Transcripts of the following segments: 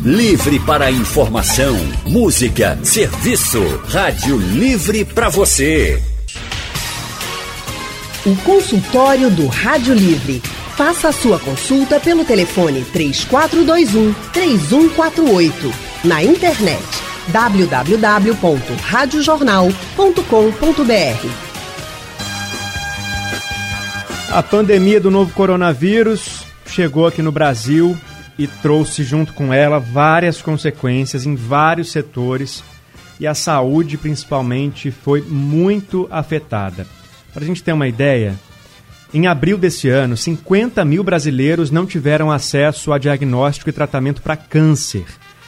Livre para informação, música, serviço. Rádio Livre para você. O consultório do Rádio Livre. Faça a sua consulta pelo telefone 3421-3148. Na internet www.radiojornal.com.br. A pandemia do novo coronavírus chegou aqui no Brasil e trouxe junto com ela várias consequências em vários setores, e a saúde principalmente foi muito afetada. Para a gente ter uma ideia, em abril desse ano, 50 mil brasileiros não tiveram acesso a diagnóstico e tratamento para câncer.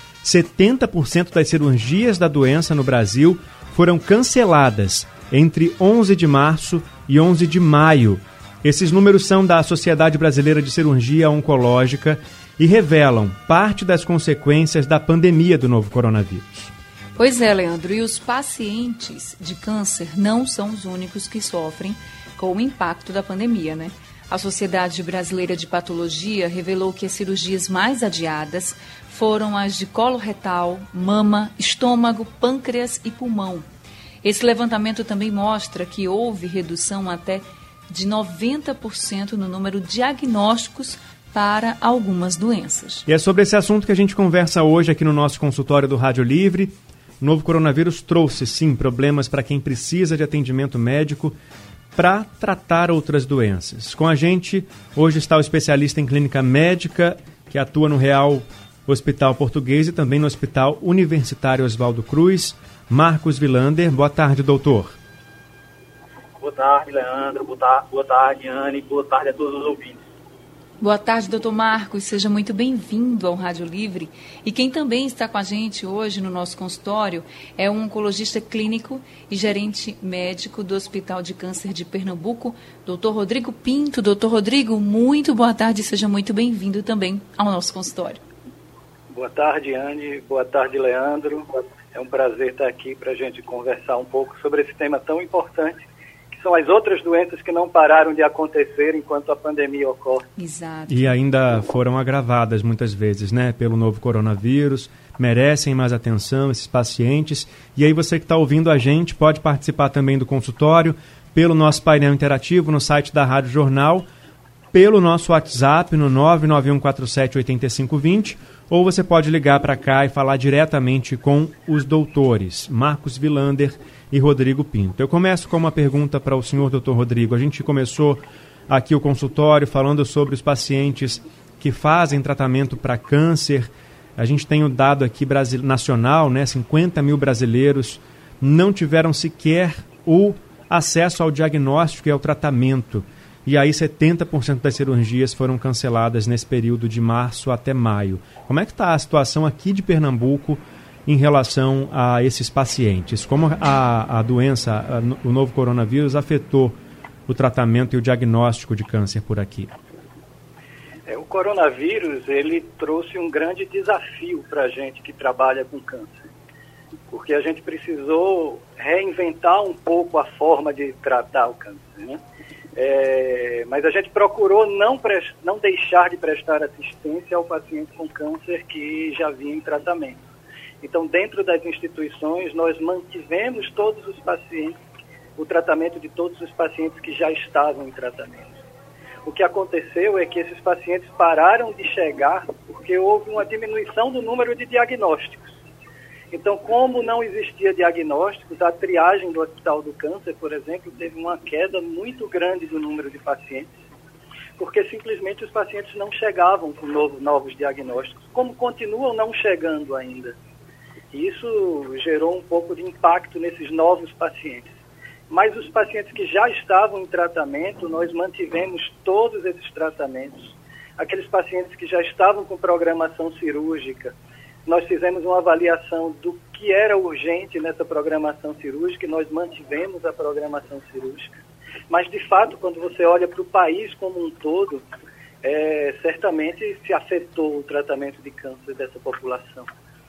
70% das cirurgias da doença no Brasil foram canceladas entre 11 de março e 11 de maio. Esses números são da Sociedade Brasileira de Cirurgia Oncológica e revelam parte das consequências da pandemia do novo coronavírus. Pois é, Leandro, e os pacientes de câncer não são os únicos que sofrem com o impacto da pandemia, né? A Sociedade Brasileira de Patologia revelou que as cirurgias mais adiadas foram as de colo retal, mama, estômago, pâncreas e pulmão. Esse levantamento também mostra que houve redução até de 90% no número de diagnósticos para algumas doenças. E é sobre esse assunto que a gente conversa hoje aqui no nosso consultório do Rádio Livre. O novo coronavírus trouxe, sim, problemas para quem precisa de atendimento médico para tratar outras doenças. Com a gente, hoje está o especialista em clínica médica, que atua no Real Hospital Português e também no Hospital Universitário Oswaldo Cruz, Marcos Vilander. Boa tarde, doutor. Boa tarde, Leandro. Boa tarde, Anne. Boa tarde a todos os ouvintes. Boa tarde, doutor Marcos. Seja muito bem-vindo ao Rádio Livre. E quem também está com a gente hoje no nosso consultório é um oncologista clínico e gerente médico do Hospital de Câncer de Pernambuco, doutor Rodrigo Pinto. Doutor Rodrigo, muito boa tarde e seja muito bem-vindo também ao nosso consultório. Boa tarde, Anne. Boa tarde, Leandro. É um prazer estar aqui para a gente conversar um pouco sobre esse tema tão importante, são as outras doenças que não pararam de acontecer enquanto a pandemia ocorre. Exato. E ainda foram agravadas muitas vezes, né, pelo novo coronavírus. Merecem mais atenção esses pacientes. E aí você que está ouvindo a gente pode participar também do consultório pelo nosso painel interativo no site da Rádio Jornal, pelo nosso WhatsApp no 991478520, ou você pode ligar para cá e falar diretamente com os doutores Marcos Vilander e Rodrigo Pinto. Eu começo com uma pergunta para o senhor doutor Rodrigo. A gente começou aqui o consultório falando sobre os pacientes que fazem tratamento para câncer. A gente tem o dado aqui nacional, né? 50 mil brasileiros não tiveram sequer o acesso ao diagnóstico e ao tratamento. E aí 70% das cirurgias foram canceladas nesse período de março até maio. Como é que está a situação aqui de Pernambuco em relação a esses pacientes? Como a doença, o novo coronavírus, afetou o tratamento e o diagnóstico de câncer por aqui? O coronavírus, ele trouxe um grande desafio para a gente que trabalha com câncer, porque a gente precisou reinventar um pouco a forma de tratar o câncer, né? Mas a gente procurou não deixar de prestar assistência ao paciente com câncer que já vinha em tratamento. Então, dentro das instituições, nós mantivemos todos os pacientes, o tratamento de todos os pacientes que já estavam em tratamento. O que aconteceu é que esses pacientes pararam de chegar porque houve uma diminuição do número de diagnósticos. Então, como não existia diagnósticos, a triagem do Hospital do Câncer, por exemplo, teve uma queda muito grande do número de pacientes, porque simplesmente os pacientes não chegavam com novos diagnósticos, como continuam não chegando ainda. Isso gerou um pouco de impacto nesses novos pacientes. Mas os pacientes que já estavam em tratamento, nós mantivemos todos esses tratamentos. Aqueles pacientes que já estavam com programação cirúrgica, nós fizemos uma avaliação do que era urgente nessa programação cirúrgica e nós mantivemos a programação cirúrgica. Mas, de fato, quando você olha para o país como um todo, certamente se afetou o tratamento de câncer dessa população.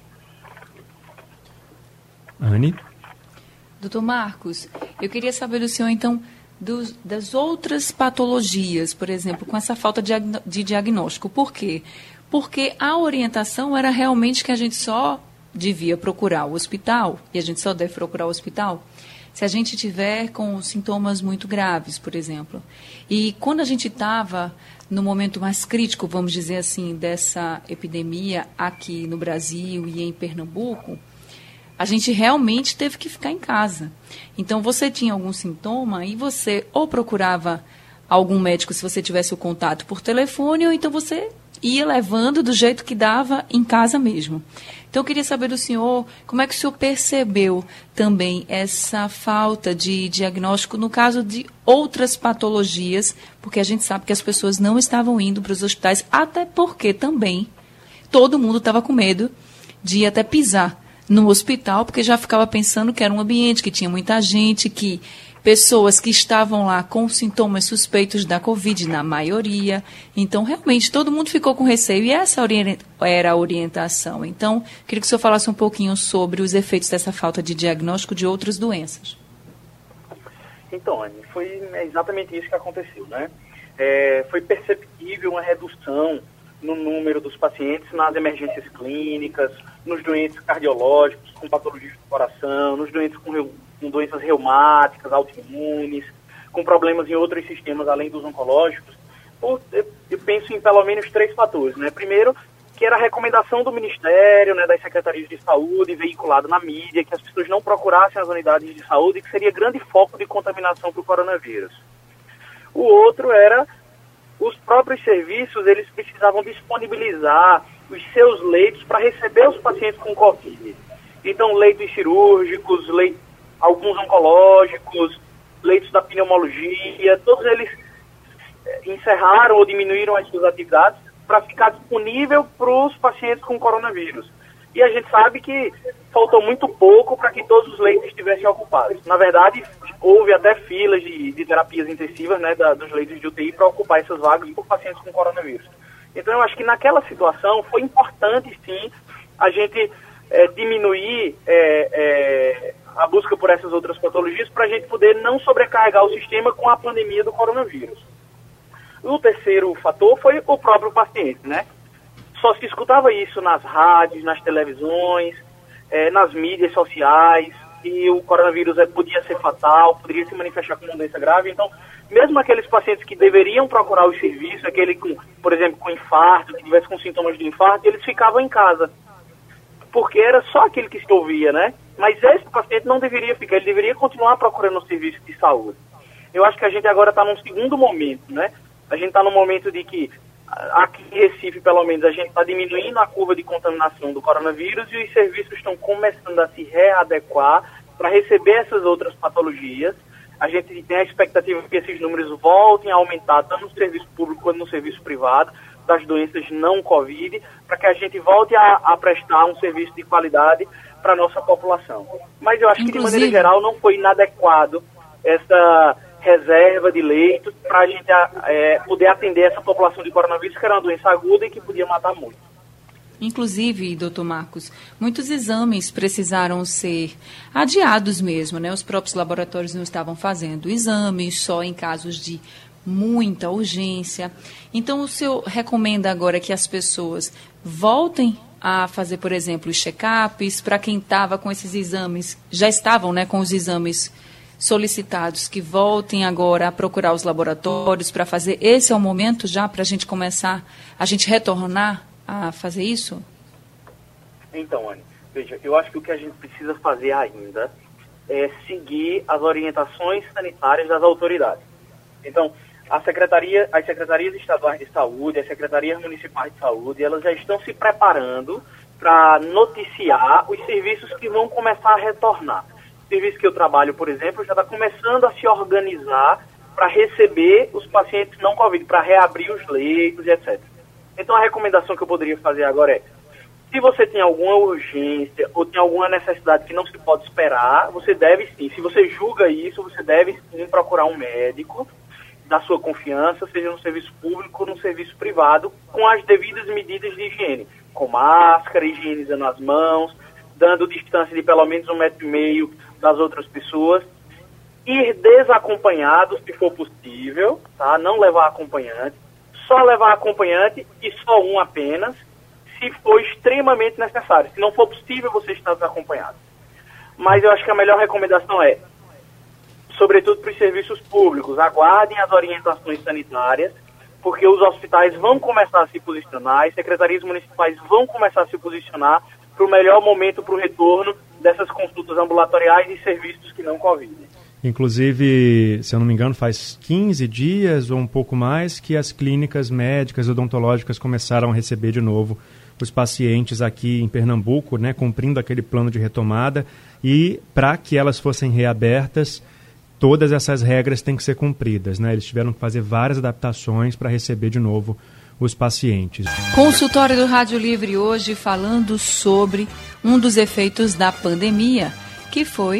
Anne? Doutor Marcos, eu queria saber do senhor, então, das outras patologias, por exemplo, com essa falta de diagnóstico. Por quê? porque a orientação era realmente que a gente só devia procurar o hospital, e a gente só deve procurar o hospital se a gente tiver com sintomas muito graves, por exemplo. E quando a gente estava no momento mais crítico, vamos dizer assim, dessa epidemia aqui no Brasil e em Pernambuco, a gente realmente teve que ficar em casa. Então, você tinha algum sintoma e você ou procurava algum médico se você tivesse o contato por telefone, ou então você ia levando do jeito que dava em casa mesmo. Então, eu queria saber do senhor, como é que o senhor percebeu também essa falta de diagnóstico no caso de outras patologias, porque a gente sabe que as pessoas não estavam indo para os hospitais, até porque também todo mundo estava com medo de até pisar no hospital, porque já ficava pensando que era um ambiente que tinha muita gente, que pessoas que estavam lá com sintomas suspeitos da Covid, na maioria. Então, realmente, todo mundo ficou com receio e essa era a orientação. Então, queria que o senhor falasse um pouquinho sobre os efeitos dessa falta de diagnóstico de outras doenças. Então, Anny, foi exatamente isso que aconteceu, né? Foi perceptível uma redução no número dos pacientes nas emergências clínicas, nos doentes cardiológicos, com patologias do coração, nos doentes com doenças reumáticas, autoimunes, com problemas em outros sistemas além dos oncológicos. Eu penso em pelo menos 3 fatores, né? Primeiro, que era a recomendação do Ministério, né, das Secretarias de Saúde, veiculado na mídia, que as pessoas não procurassem as unidades de saúde, que seria grande foco de contaminação para o coronavírus. O outro era os próprios serviços, eles precisavam disponibilizar os seus leitos para receber os pacientes com Covid. Então, leitos cirúrgicos, alguns oncológicos, leitos da pneumologia, todos eles encerraram ou diminuíram as suas atividades para ficar disponível para os pacientes com coronavírus. E a gente sabe que faltou muito pouco para que todos os leitos estivessem ocupados. Na verdade, houve até filas de terapias intensivas, né, dos leitos de UTI para ocupar essas vagas por pacientes com coronavírus. Então, eu acho que naquela situação foi importante, sim, a gente diminuir a busca por essas outras patologias para a gente poder não sobrecarregar o sistema com a pandemia do coronavírus. O terceiro fator foi o próprio paciente, né? Só se escutava isso nas rádios, nas televisões, nas mídias sociais, que o coronavírus podia ser fatal, poderia se manifestar como uma doença grave. Então, mesmo aqueles pacientes que deveriam procurar os serviços, aquele, por exemplo, com infarto, que tivesse com sintomas de infarto, eles ficavam em casa, porque era só aquele que se ouvia, né? Mas esse paciente não deveria ficar, ele deveria continuar procurando o serviço de saúde. Eu acho que a gente agora está num segundo momento, né? A gente está num momento de que, aqui em Recife, pelo menos, a gente está diminuindo a curva de contaminação do coronavírus e os serviços estão começando a se readequar para receber essas outras patologias. A gente tem a expectativa que esses números voltem a aumentar, tanto no serviço público quanto no serviço privado, das doenças não Covid, para que a gente volte a prestar um serviço de qualidade para a nossa população. Mas eu acho que, de maneira geral, não foi inadequado essa reserva de leitos para a gente poder atender essa população de coronavírus, que era uma doença aguda e que podia matar muito. Inclusive, doutor Marcos, muitos exames precisaram ser adiados mesmo, né? Os próprios laboratórios não estavam fazendo exames, só em casos de muita urgência. Então, o senhor recomenda agora que as pessoas voltem a fazer, por exemplo, os check-ups, para quem estava com esses exames, já estavam, né, com os exames solicitados, que voltem agora a procurar os laboratórios para fazer. Esse é o momento já para a gente começar, a gente retornar a fazer isso? Então, Anny, veja, eu acho que o que a gente precisa fazer ainda é seguir as orientações sanitárias das autoridades. Então, as secretarias estaduais de saúde, as secretarias municipais de saúde, elas já estão se preparando para noticiar os serviços que vão começar a retornar. O serviço que eu trabalho, por exemplo, já está começando a se organizar para receber os pacientes não Covid, para reabrir os leitos e etc. Então, a recomendação que eu poderia fazer agora é, se você tem alguma urgência ou tem alguma necessidade que não se pode esperar, você deve sim, se você julga isso, você deve sim procurar um médico da sua confiança, seja no serviço público ou no serviço privado, com as devidas medidas de higiene, com máscara, higienizando as mãos, dando distância de pelo menos 1,5 metro das outras pessoas, ir desacompanhado, se for possível, tá? Não levar acompanhante, só levar acompanhante e só um apenas, se for extremamente necessário. Se não for possível, você está desacompanhado. Mas eu acho que a melhor recomendação é, sobretudo para os serviços públicos, aguardem as orientações sanitárias, porque os hospitais vão começar a se posicionar, as secretarias municipais vão começar a se posicionar para o melhor momento para o retorno dessas consultas ambulatoriais e serviços que não Covid. Inclusive, se eu não me engano, faz 15 dias ou um pouco mais que as clínicas médicas odontológicas começaram a receber de novo os pacientes aqui em Pernambuco, né, cumprindo aquele plano de retomada, e para que elas fossem reabertas, todas essas regras têm que ser cumpridas, né? Eles tiveram que fazer várias adaptações para receber de novo os pacientes. Consultório do Rádio Livre hoje falando sobre um dos efeitos da pandemia, que foi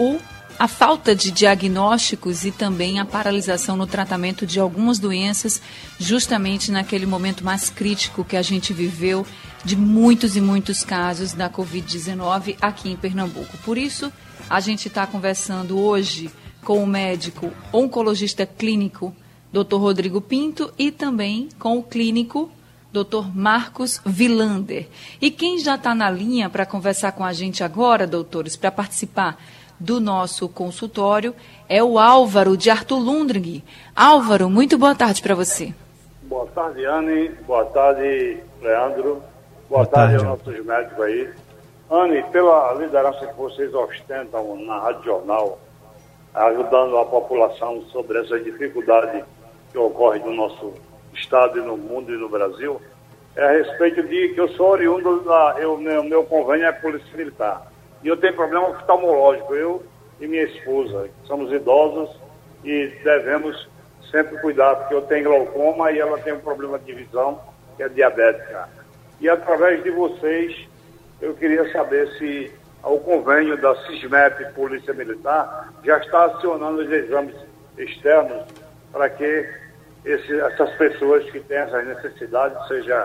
a falta de diagnósticos e também a paralisação no tratamento de algumas doenças, justamente naquele momento mais crítico que a gente viveu de muitos e muitos casos da Covid-19 aqui em Pernambuco. Por isso, a gente está conversando hoje com o médico oncologista clínico Dr. Rodrigo Pinto e também com o clínico Dr. Marcos Vilander. E quem já está na linha para conversar com a gente agora, doutores, para participar do nosso consultório, é o Álvaro de Arthur Lundring. Álvaro, muito boa tarde para você. Boa tarde, Anne. Boa tarde, Leandro. Boa tarde aos nossos médicos aí. Anne, pela liderança que vocês ostentam na Rádio Jornal, ajudando a população sobre essa dificuldade que ocorre no nosso estado e no mundo e no Brasil, é a respeito de que eu sou oriundo meu convênio é Polícia Militar. E eu tenho problema oftalmológico, eu e minha esposa, somos idosos e devemos sempre cuidar, porque eu tenho glaucoma e ela tem um problema de visão, que é diabética. E através de vocês, eu queria saber se o convênio da SISMEP Polícia Militar já está acionando os exames externos para que essas pessoas que têm essas necessidades sejam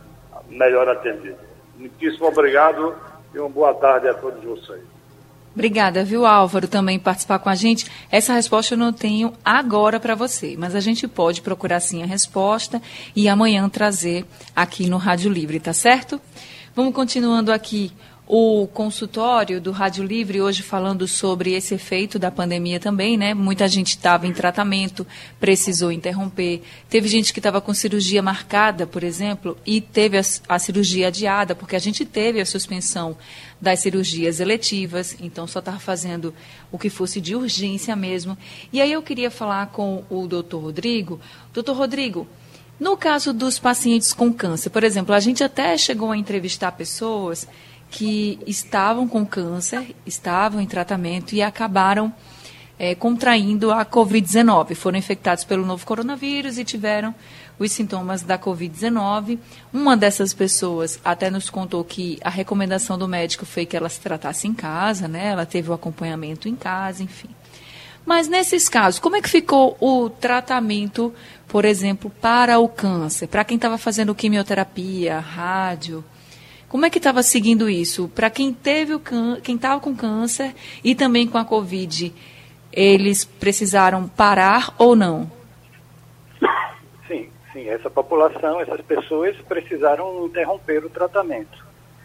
melhor atendidas. Muitíssimo obrigado e uma boa tarde a todos vocês. Obrigada, viu, Álvaro, também participar com a gente. Essa resposta eu não tenho agora para você, mas a gente pode procurar sim a resposta e amanhã trazer aqui no Rádio Livre, tá certo? Vamos continuando aqui o consultório do Rádio Livre, hoje falando sobre esse efeito da pandemia também, né? Muita gente estava em tratamento, precisou interromper. Teve gente que estava com cirurgia marcada, por exemplo, e teve a cirurgia adiada, porque a gente teve a suspensão das cirurgias eletivas, então só estava fazendo o que fosse de urgência mesmo. E aí eu queria falar com o doutor Rodrigo. Doutor Rodrigo, no caso dos pacientes com câncer, por exemplo, a gente até chegou a entrevistar pessoas que estavam com câncer, estavam em tratamento e acabaram contraindo a Covid-19. Foram infectados pelo novo coronavírus e tiveram os sintomas da Covid-19. Uma dessas pessoas até nos contou que a recomendação do médico foi que ela se tratasse em casa, né? Ela teve o acompanhamento em casa, enfim. Mas nesses casos, como é que ficou o tratamento, por exemplo, para o câncer? Para quem estava fazendo quimioterapia, rádio, como é que estava seguindo isso? Para quem estava com câncer e também com a Covid, eles precisaram parar ou não? Sim, essa população, essas pessoas precisaram interromper o tratamento.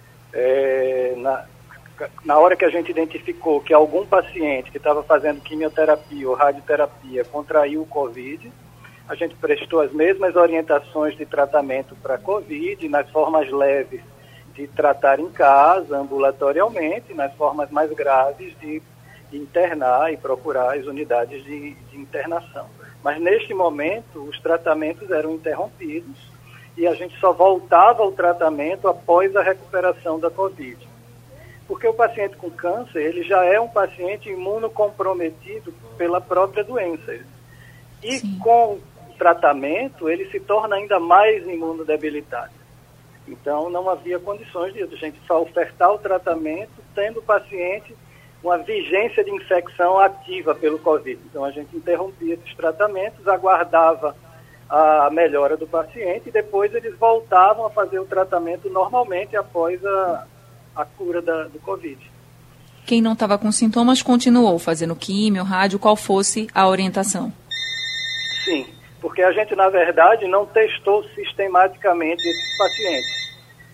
Na hora que a gente identificou que algum paciente que estava fazendo quimioterapia ou radioterapia contraiu o Covid, a gente prestou as mesmas orientações de tratamento para a Covid, nas formas leves de tratar em casa, ambulatorialmente, nas formas mais graves de internar e procurar as unidades de internação. Mas neste momento, os tratamentos eram interrompidos e a gente só voltava ao tratamento após a recuperação da Covid. Porque o paciente com câncer, ele já é um paciente imunocomprometido pela própria doença. E Sim. Com o tratamento, ele se torna ainda mais imunodebilitado. Então, não havia condições de a gente só ofertar o tratamento, tendo o paciente uma vigência de infecção ativa pelo Covid. Então, a gente interrompia esses tratamentos, aguardava a melhora do paciente e depois eles voltavam a fazer o tratamento normalmente após a cura do Covid. Quem não estava com sintomas continuou fazendo químio, rádio, qual fosse a orientação? Sim. porque a gente, na verdade, não testou sistematicamente esses pacientes.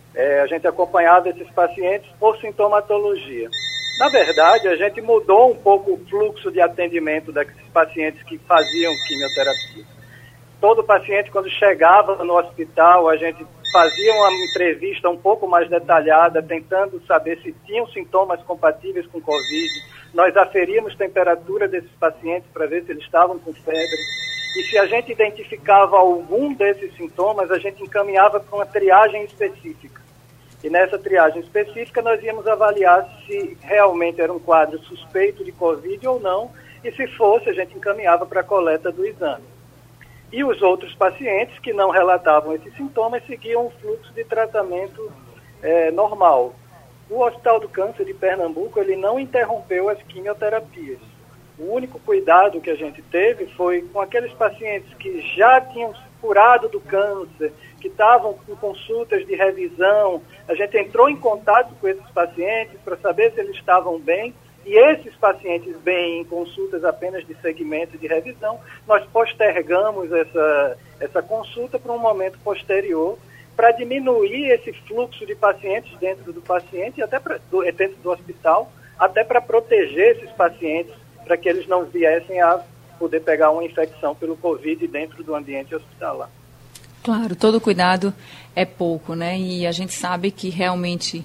A gente acompanhava esses pacientes por sintomatologia. Na verdade, a gente mudou um pouco o fluxo de atendimento desses pacientes que faziam quimioterapia. Todo paciente, quando chegava no hospital, a gente fazia uma entrevista um pouco mais detalhada, tentando saber se tinham sintomas compatíveis com Covid. Nós aferíamos a temperatura desses pacientes para ver se eles estavam com febre. E se a gente identificava algum desses sintomas, a gente encaminhava para uma triagem específica. E nessa triagem específica nós íamos avaliar se realmente era um quadro suspeito de Covid ou não, e se fosse, a gente encaminhava para a coleta do exame. E os outros pacientes que não relatavam esses sintomas seguiam um fluxo de tratamento normal. O Hospital do Câncer de Pernambuco, ele não interrompeu as quimioterapias. O único cuidado que a gente teve foi com aqueles pacientes que já tinham curado do câncer, que estavam com consultas de revisão. A gente entrou em contato com esses pacientes para saber se eles estavam bem, e esses pacientes bem em consultas apenas de segmento e de revisão, nós postergamos essa consulta para um momento posterior, para diminuir esse fluxo de pacientes dentro do paciente, até dentro do hospital, até para proteger esses pacientes, para que eles não viessem a poder pegar uma infecção pelo Covid dentro do ambiente hospitalar. Claro, todo cuidado é pouco, né? E a gente sabe que realmente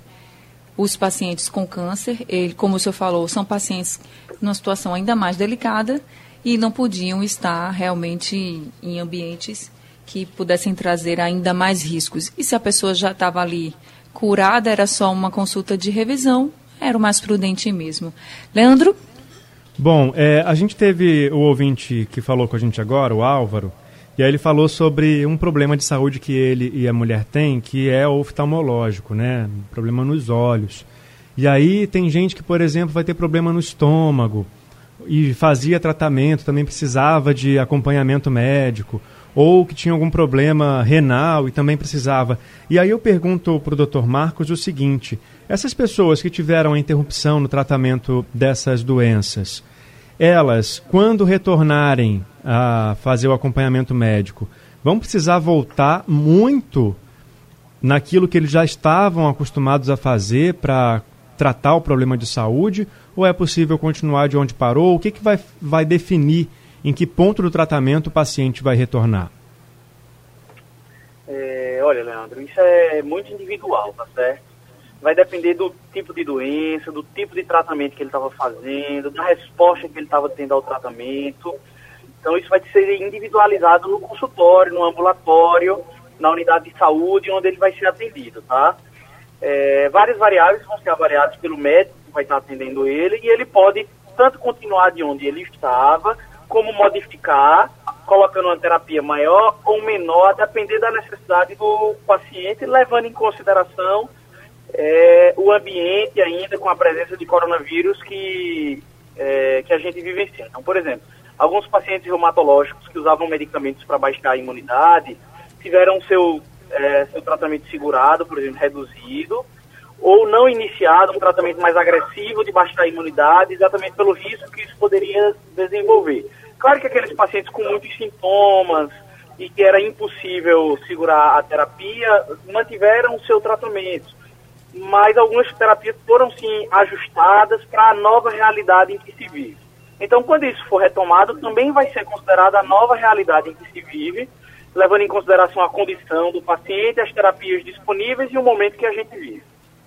os pacientes com câncer, como o senhor falou, são pacientes numa situação ainda mais delicada e não podiam estar realmente em ambientes que pudessem trazer ainda mais riscos. E se a pessoa já estava ali curada, era só uma consulta de revisão, era o mais prudente mesmo. Leandro? Bom, a gente teve o ouvinte que falou com a gente agora, o Álvaro, e aí ele falou sobre um problema de saúde que ele e a mulher têm, que é oftalmológico, né? Um problema nos olhos. E aí tem gente que, por exemplo, vai ter problema no estômago e fazia tratamento, também precisava de acompanhamento médico, ou que tinha algum problema renal e também precisava. E aí eu pergunto para o Dr. Marcos o seguinte: essas pessoas que tiveram a interrupção no tratamento dessas doenças, elas, quando retornarem a fazer o acompanhamento médico, vão precisar voltar muito naquilo que eles já estavam acostumados a fazer para tratar o problema de saúde, ou é possível continuar de onde parou? O que vai definir em que ponto do tratamento o paciente vai retornar? Olha, Leandro, isso é muito individual, tá certo? Vai depender do tipo de doença, do tipo de tratamento que ele estava fazendo, da resposta que ele estava tendo ao tratamento. Então, isso vai ser individualizado no consultório, no ambulatório, na unidade de saúde, onde ele vai ser atendido, tá? Várias variáveis vão ser avaliadas pelo médico que vai estar atendendo ele, e ele pode tanto continuar de onde ele estava, como modificar, colocando uma terapia maior ou menor, a depender da necessidade do paciente, levando em consideração o ambiente ainda com a presença de coronavírus que a gente vivencia. Então, por exemplo, alguns pacientes reumatológicos que usavam medicamentos para baixar a imunidade tiveram seu tratamento segurado, por exemplo, reduzido, ou não iniciado um tratamento mais agressivo de baixar a imunidade, exatamente pelo risco que isso poderia desenvolver. Claro que aqueles pacientes com muitos sintomas e que era impossível segurar a terapia, mantiveram o seu tratamento, mas algumas terapias foram sim ajustadas para a nova realidade em que se vive. Então, quando isso for retomado, também vai ser considerada a nova realidade em que se vive, levando em consideração a condição do paciente, as terapias disponíveis e o momento que a gente vive.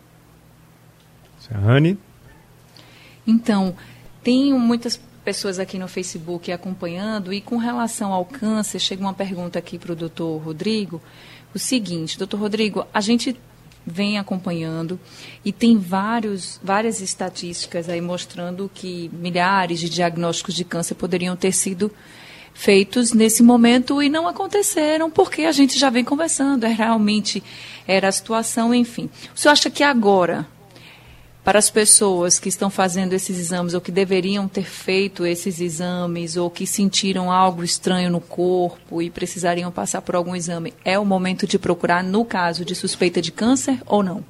Rani? Então, tenho muitas pessoas aqui no Facebook acompanhando, e com relação ao câncer, chega uma pergunta aqui para o doutor Rodrigo, o seguinte: doutor Rodrigo, a gente vem acompanhando e tem várias estatísticas aí mostrando que milhares de diagnósticos de câncer poderiam ter sido feitos nesse momento e não aconteceram, porque a gente já vem conversando, realmente era a situação, enfim. O senhor acha que agora, para as pessoas que estão fazendo esses exames ou que deveriam ter feito esses exames ou que sentiram algo estranho no corpo e precisariam passar por algum exame, é o momento de procurar no caso de suspeita de câncer ou não?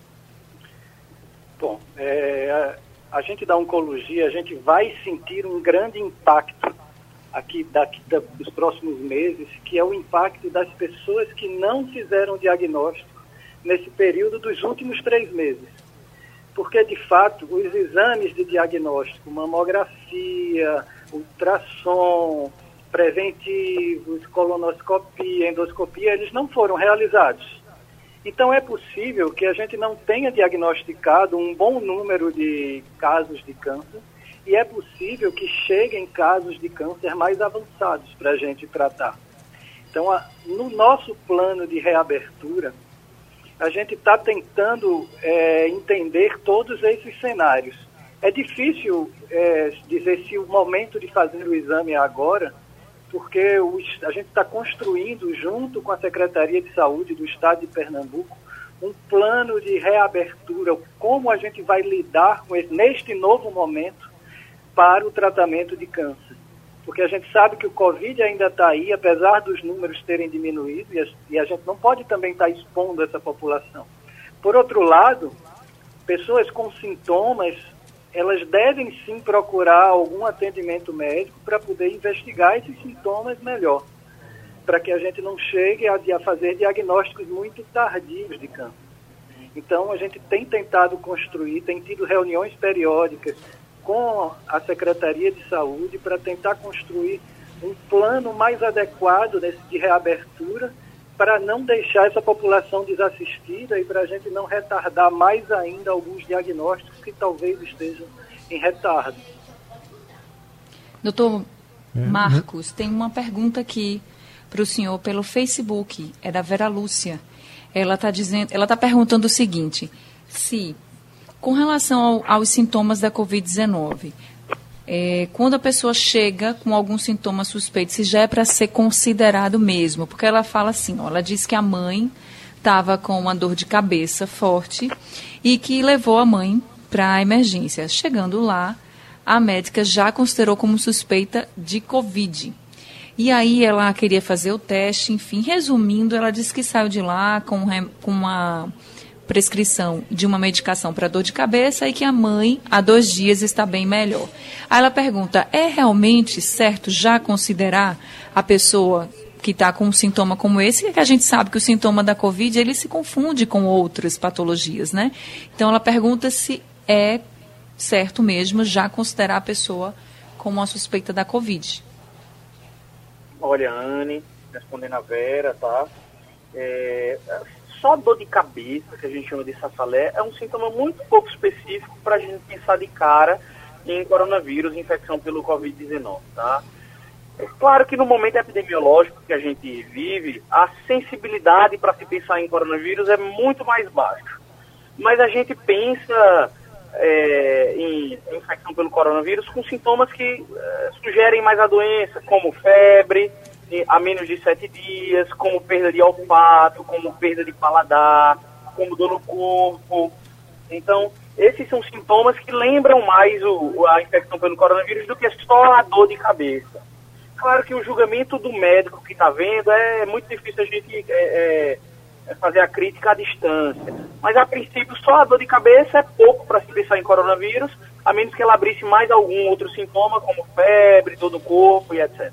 Bom, a gente da oncologia, a gente vai sentir um grande impacto dos próximos meses, que é o impacto das pessoas que não fizeram diagnóstico nesse período dos últimos 3 meses. Porque, de fato, os exames de diagnóstico, mamografia, ultrassom, preventivos, colonoscopia, endoscopia, eles não foram realizados. Então, é possível que a gente não tenha diagnosticado um bom número de casos de câncer e é possível que cheguem casos de câncer mais avançados para a gente tratar. Então, no nosso plano de reabertura, a gente está tentando entender todos esses cenários. É difícil dizer se o momento de fazer o exame é agora, porque a gente está construindo, junto com a Secretaria de Saúde do Estado de Pernambuco, um plano de reabertura, como a gente vai lidar com neste novo momento para o tratamento de câncer. Porque a gente sabe que o Covid ainda está aí, apesar dos números terem diminuído, e a gente não pode também estar expondo essa população. Por outro lado, pessoas com sintomas, elas devem sim procurar algum atendimento médico para poder investigar esses sintomas melhor, para que a gente não chegue a fazer diagnósticos muito tardios de câncer. Então, a gente tem tentado construir, tem tido reuniões periódicas com a Secretaria de Saúde para tentar construir um plano mais adequado de reabertura para não deixar essa população desassistida e para a gente não retardar mais ainda alguns diagnósticos que talvez estejam em retardo. Doutor Marcos, tem uma pergunta aqui para o senhor pelo Facebook, é da Vera Lúcia. Ela está perguntando o seguinte: se, com relação aos sintomas da Covid-19, quando a pessoa chega com algum sintoma suspeito, se já é para ser considerado mesmo, porque ela fala assim, ela diz que a mãe estava com uma dor de cabeça forte e que levou a mãe para a emergência. Chegando lá, a médica já considerou como suspeita de Covid. E aí ela queria fazer o teste, enfim, resumindo, ela disse que saiu de lá com uma prescrição de uma medicação para dor de cabeça e que a mãe, há 2 dias, está bem melhor. Aí ela pergunta, é realmente certo já considerar a pessoa que está com um sintoma como esse, que a gente sabe que o sintoma da Covid, ele se confunde com outras patologias, né? Então ela pergunta se é certo mesmo já considerar a pessoa como uma suspeita da Covid. Olha, Anne, respondendo a Vera, tá? Só dor de cabeça, que a gente chama de safalé, é um sintoma muito pouco específico para a gente pensar de cara em coronavírus, infecção pelo Covid-19, tá? É claro que no momento epidemiológico que a gente vive, a sensibilidade para se pensar em coronavírus é muito mais baixa. Mas a gente pensa em infecção pelo coronavírus com sintomas que sugerem mais a doença, como febre a menos de 7 dias, como perda de olfato, como perda de paladar, como dor no corpo. Então, esses são sintomas que lembram mais a infecção pelo coronavírus do que só a dor de cabeça. Claro que o julgamento do médico que está vendo é muito difícil a gente fazer a crítica à distância. Mas, a princípio, só a dor de cabeça é pouco para se pensar em coronavírus, a menos que ela abrisse mais algum outro sintoma, como febre, dor no corpo e etc.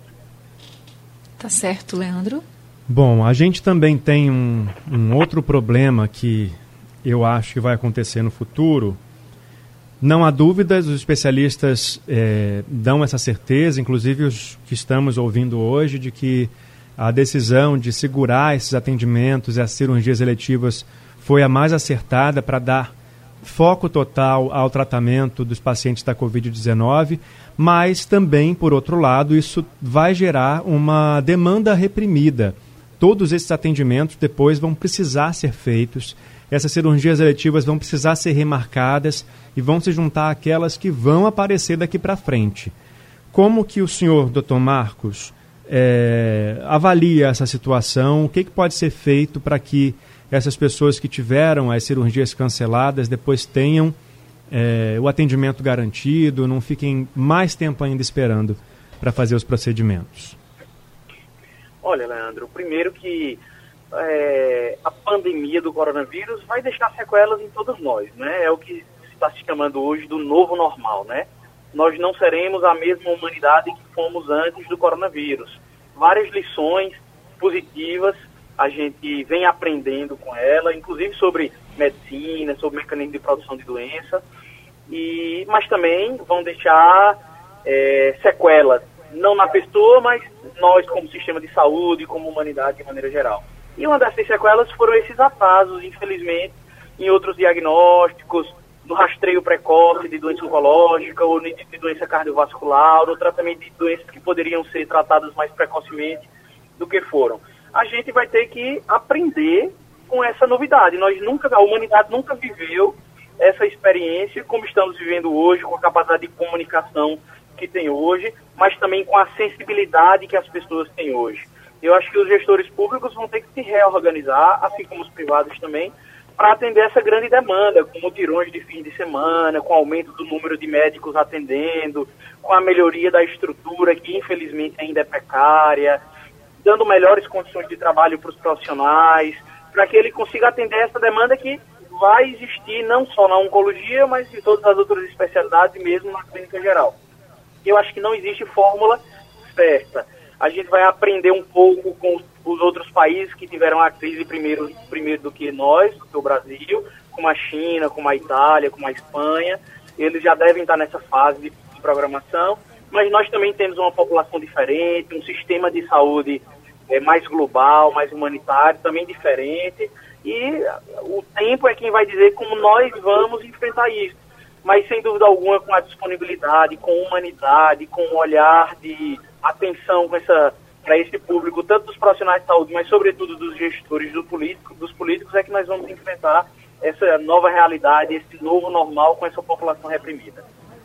Tá certo, Leandro. Bom, a gente também tem um outro problema que eu acho que vai acontecer no futuro. Não há dúvidas, os especialistas dão essa certeza, inclusive os que estamos ouvindo hoje, de que a decisão de segurar esses atendimentos e as cirurgias eletivas foi a mais acertada para dar foco total ao tratamento dos pacientes da Covid-19, mas também, por outro lado, isso vai gerar uma demanda reprimida. Todos esses atendimentos depois vão precisar ser feitos, essas cirurgias eletivas vão precisar ser remarcadas e vão se juntar àquelas que vão aparecer daqui para frente. Como que o senhor, Dr. Marcos, avalia essa situação? O que pode ser feito para que essas pessoas que tiveram as cirurgias canceladas depois tenham o atendimento garantido, não fiquem mais tempo ainda esperando para fazer os procedimentos? Olha, Leandro, primeiro que a pandemia do coronavírus vai deixar sequelas em todos nós, né? É o que se está se chamando hoje do novo normal, né? nós não seremos a mesma humanidade que fomos antes do coronavírus. Várias lições positivas a gente vem aprendendo com ela, inclusive sobre medicina, sobre mecanismo de produção de doença, mas também vão deixar sequelas, não na pessoa, mas nós como sistema de saúde, como humanidade de maneira geral. E uma dessas sequelas foram esses atrasos, infelizmente, em outros diagnósticos, no rastreio precoce de doença oncológica, ou de doença cardiovascular, ou tratamento de doenças que poderiam ser tratadas mais precocemente do que foram. A gente vai ter que aprender com essa novidade. A humanidade nunca viveu essa experiência como estamos vivendo hoje, com a capacidade de comunicação que tem hoje, mas também com a sensibilidade que as pessoas têm hoje. Eu acho que os gestores públicos vão ter que se reorganizar, assim como os privados também, para atender essa grande demanda, com mutirões de fim de semana, com aumento do número de médicos atendendo, com a melhoria da estrutura, que infelizmente ainda é precária, dando melhores condições de trabalho para os profissionais, para que ele consiga atender essa demanda que vai existir não só na oncologia, mas em todas as outras especialidades e mesmo na clínica geral. Eu acho que não existe fórmula certa. A gente vai aprender um pouco com os outros países que tiveram a crise primeiro do que nós, do que o Brasil, como a China, como a Itália, como a Espanha. Eles já devem estar nessa fase de programação, mas nós também temos uma população diferente, um sistema de saúde mais global, mais humanitário, também diferente, e o tempo é quem vai dizer como nós vamos enfrentar isso. Mas, sem dúvida alguma, com a disponibilidade, com humanidade, com um olhar de atenção para esse público, tanto dos profissionais de saúde, mas, sobretudo, dos gestores, dos políticos, é que nós vamos enfrentar essa nova realidade, esse novo normal com essa população reprimida.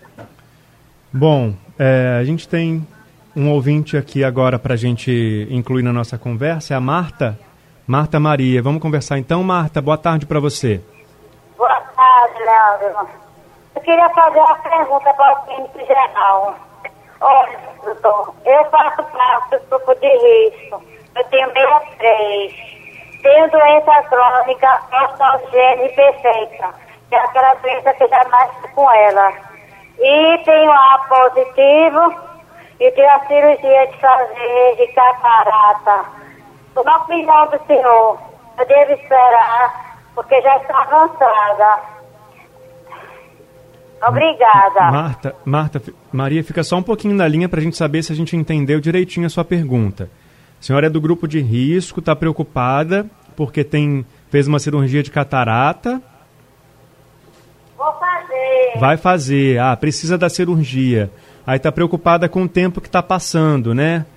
Bom, a gente tem um ouvinte aqui agora para a gente incluir na nossa conversa, é a Marta Maria. Vamos conversar então, Marta, boa tarde para você. Boa tarde, Leandro. Eu queria fazer uma pergunta para o clínico geral. Olha, doutor, eu faço parte do grupo de risco. Eu tenho 63. Tenho doença crônica, osteogênese perfeita, que é aquela doença que já nasce com ela. E tenho A positivo e tenho a cirurgia de fazer de catarata. Na opinião do senhor, eu devo esperar, porque já está avançada. Obrigada. Marta, Maria, fica só um pouquinho na linha para a gente saber se a gente entendeu direitinho a sua pergunta. A senhora é do grupo de risco, está preocupada porque fez uma cirurgia de catarata. Vou fazer. Vai fazer. Precisa da cirurgia. Aí está preocupada com o tempo que está passando, né?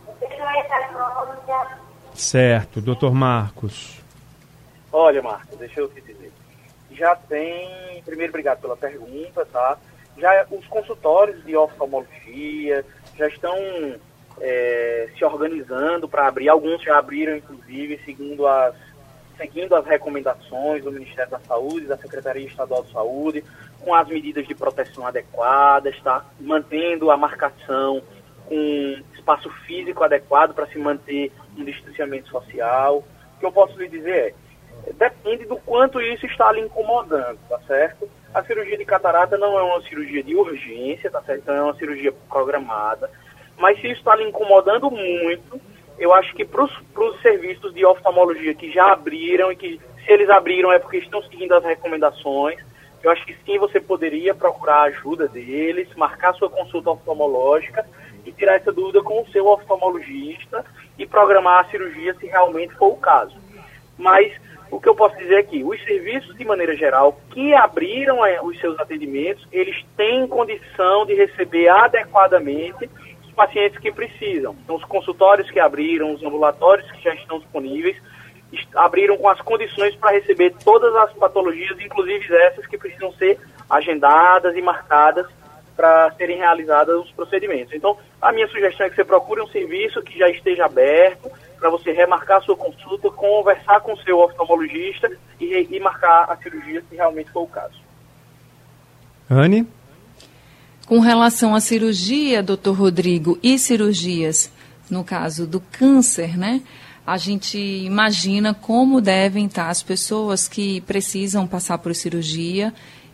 Certo, doutor Marcos. Olha, Marcos, deixa eu te dizer. Já tem, primeiro, obrigado pela pergunta, tá? Já os consultórios de oftalmologia já estão se organizando para abrir, alguns já abriram, inclusive, seguindo as recomendações do Ministério da Saúde, da Secretaria Estadual de Saúde, com as medidas de proteção adequadas, tá? Mantendo a marcação com espaço físico adequado para se manter um distanciamento social. O que eu posso lhe dizer depende do quanto isso está lhe incomodando, tá certo? A cirurgia de catarata não é uma cirurgia de urgência, tá certo? Então é uma cirurgia programada, mas se isso está lhe incomodando muito, eu acho que para os serviços de oftalmologia que já abriram e que, se eles abriram é porque estão seguindo as recomendações, eu acho que sim, você poderia procurar a ajuda deles, marcar sua consulta oftalmológica e tirar essa dúvida com o seu oftalmologista e programar a cirurgia se realmente for o caso. Mas o que eu posso dizer é que os serviços, de maneira geral, que abriram os seus atendimentos, eles têm condição de receber adequadamente os pacientes que precisam. Então, os consultórios que abriram, os ambulatórios que já estão disponíveis, abriram com as condições para receber todas as patologias, inclusive essas que precisam ser agendadas e marcadas para serem realizados os procedimentos. Então, a minha sugestão é que você procure um serviço que já esteja aberto, para você remarcar a sua consulta, conversar com o seu oftalmologista e marcar a cirurgia se realmente for o caso. Anne? Com relação à cirurgia, doutor Rodrigo, e cirurgias, no caso do câncer, né? A gente imagina como devem estar as pessoas que precisam passar por cirurgia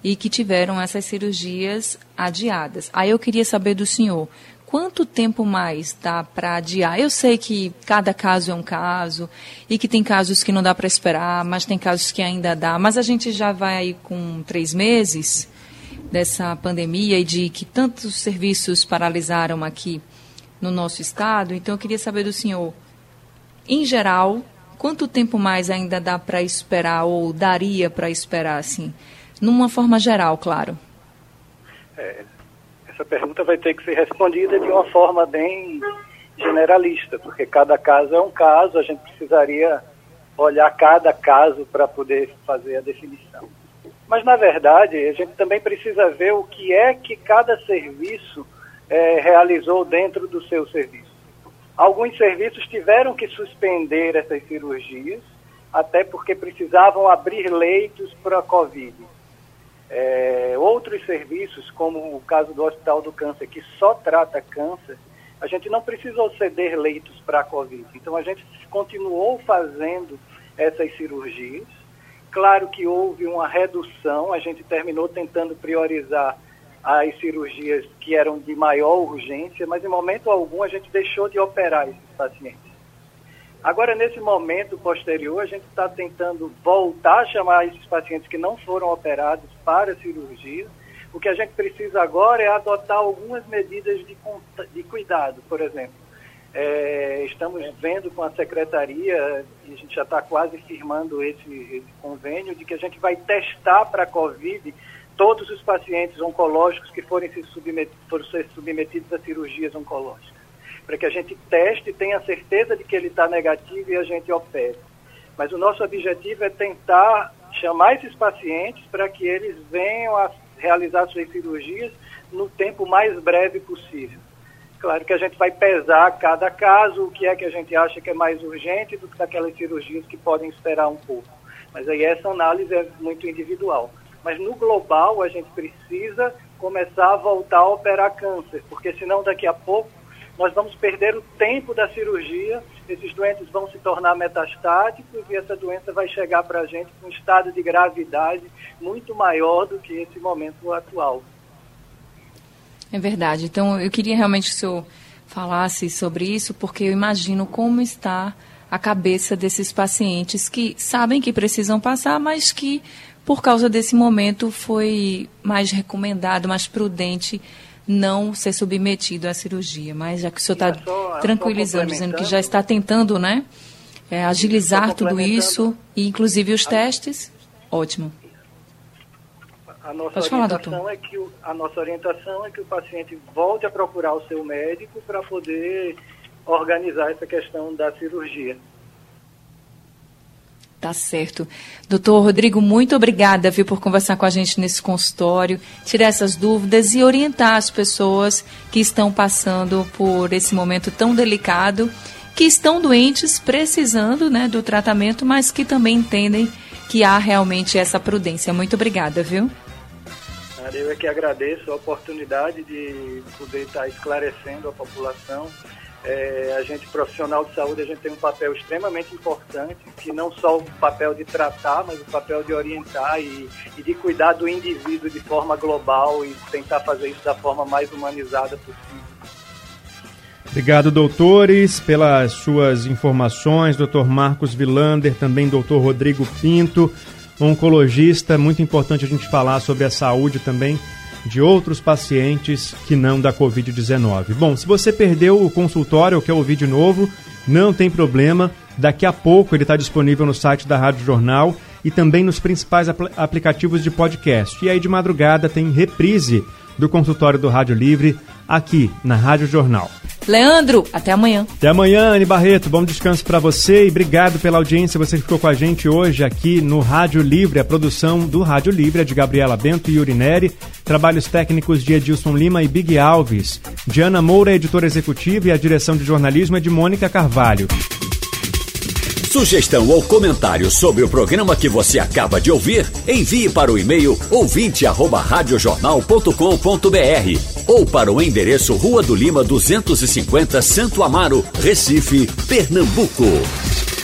e que tiveram essas cirurgias adiadas. Aí eu queria saber do senhor, quanto tempo mais dá para adiar? Eu sei que cada caso é um caso e que tem casos que não dá para esperar, mas tem casos que ainda dá. Mas a gente já vai aí com 3 meses dessa pandemia e de que tantos serviços paralisaram aqui no nosso estado. Então eu queria saber do senhor, em geral, quanto tempo mais ainda dá para esperar ou daria para esperar, assim, numa forma geral, claro? Essa pergunta vai ter que ser respondida de uma forma bem generalista, porque cada caso é um caso, a gente precisaria olhar cada caso para poder fazer a definição. Mas, na verdade, a gente também precisa ver o que é que cada serviço realizou dentro do seu serviço. Alguns serviços tiveram que suspender essas cirurgias, até porque precisavam abrir leitos para a Covid. Outros serviços, como o caso do Hospital do Câncer, que só trata câncer, a gente não precisou ceder leitos para a Covid. Então, a gente continuou fazendo essas cirurgias. Claro que houve uma redução, a gente terminou tentando priorizar as cirurgias que eram de maior urgência, mas em momento algum a gente deixou de operar esses pacientes. Agora, nesse momento posterior, a gente está tentando voltar a chamar esses pacientes que não foram operados para a cirurgia. O que a gente precisa agora é adotar algumas medidas de cuidado, por exemplo. Estamos vendo com a secretaria, e a gente já está quase firmando esse convênio, de que a gente vai testar para a Covid todos os pacientes oncológicos que forem ser submetidos a cirurgias oncológicas, para que a gente teste e tenha certeza de que ele está negativo e a gente opere. Mas o nosso objetivo é tentar chamar esses pacientes para que eles venham a realizar suas cirurgias no tempo mais breve possível. Claro que a gente vai pesar cada caso, o que é que a gente acha que é mais urgente do que daquelas cirurgias que podem esperar um pouco. Mas aí essa análise é muito individual. Mas no global a gente precisa começar a voltar a operar câncer, porque senão daqui a pouco nós vamos perder o tempo da cirurgia, esses doentes vão se tornar metastáticos e essa doença vai chegar para a gente com um estado de gravidade muito maior do que esse momento atual. É verdade. Então, eu queria realmente que o senhor falasse sobre isso, porque eu imagino como está a cabeça desses pacientes que sabem que precisam passar, mas que, por causa desse momento, foi mais recomendado, mais prudente não ser submetido à cirurgia. Mas já que o senhor está tranquilizando, dizendo que já está tentando, né, agilizar tudo isso, e inclusive os testes, ótimo. A nossa orientação é que o paciente volte a procurar o seu médico para poder organizar essa questão da cirurgia. Tá certo. Doutor Rodrigo, muito obrigada, por conversar com a gente nesse consultório, tirar essas dúvidas e orientar as pessoas que estão passando por esse momento tão delicado, que estão doentes, precisando, né, do tratamento, mas que também entendem que há realmente essa prudência. Muito obrigada, viu? Eu é que agradeço a oportunidade de poder estar esclarecendo a população. A gente, profissional de saúde, a gente tem um papel extremamente importante, que não só o papel de tratar, mas o papel de orientar e de cuidar do indivíduo de forma global e tentar fazer isso da forma mais humanizada possível. Obrigado, doutores, pelas suas informações. Dr. Marcos Vilander, também Dr. Rodrigo Pinto, oncologista. Muito importante a gente falar sobre a saúde também de outros pacientes que não da Covid-19. Bom, se você perdeu o consultório ou quer ouvir de novo, não tem problema. Daqui a pouco ele está disponível no site da Rádio Jornal e também nos principais aplicativos de podcast. E aí de madrugada tem reprise do consultório do Rádio Livre aqui na Rádio Jornal. Leandro, até amanhã. Até amanhã, Anny Barreto. Bom descanso para você e obrigado pela audiência. Você que ficou com a gente hoje aqui no Rádio Livre. A produção do Rádio Livre é de Gabriela Bento e Yuri Neri. Trabalhos técnicos de Edilson Lima e Big Alves. Diana Moura, editora executiva, e a direção de jornalismo é de Mônica Carvalho. Sugestão ou comentário sobre o programa que você acaba de ouvir, envie para o e-mail ouvinte@radiojornal.com.br ou para o endereço Rua do Lima 250, Santo Amaro, Recife, Pernambuco.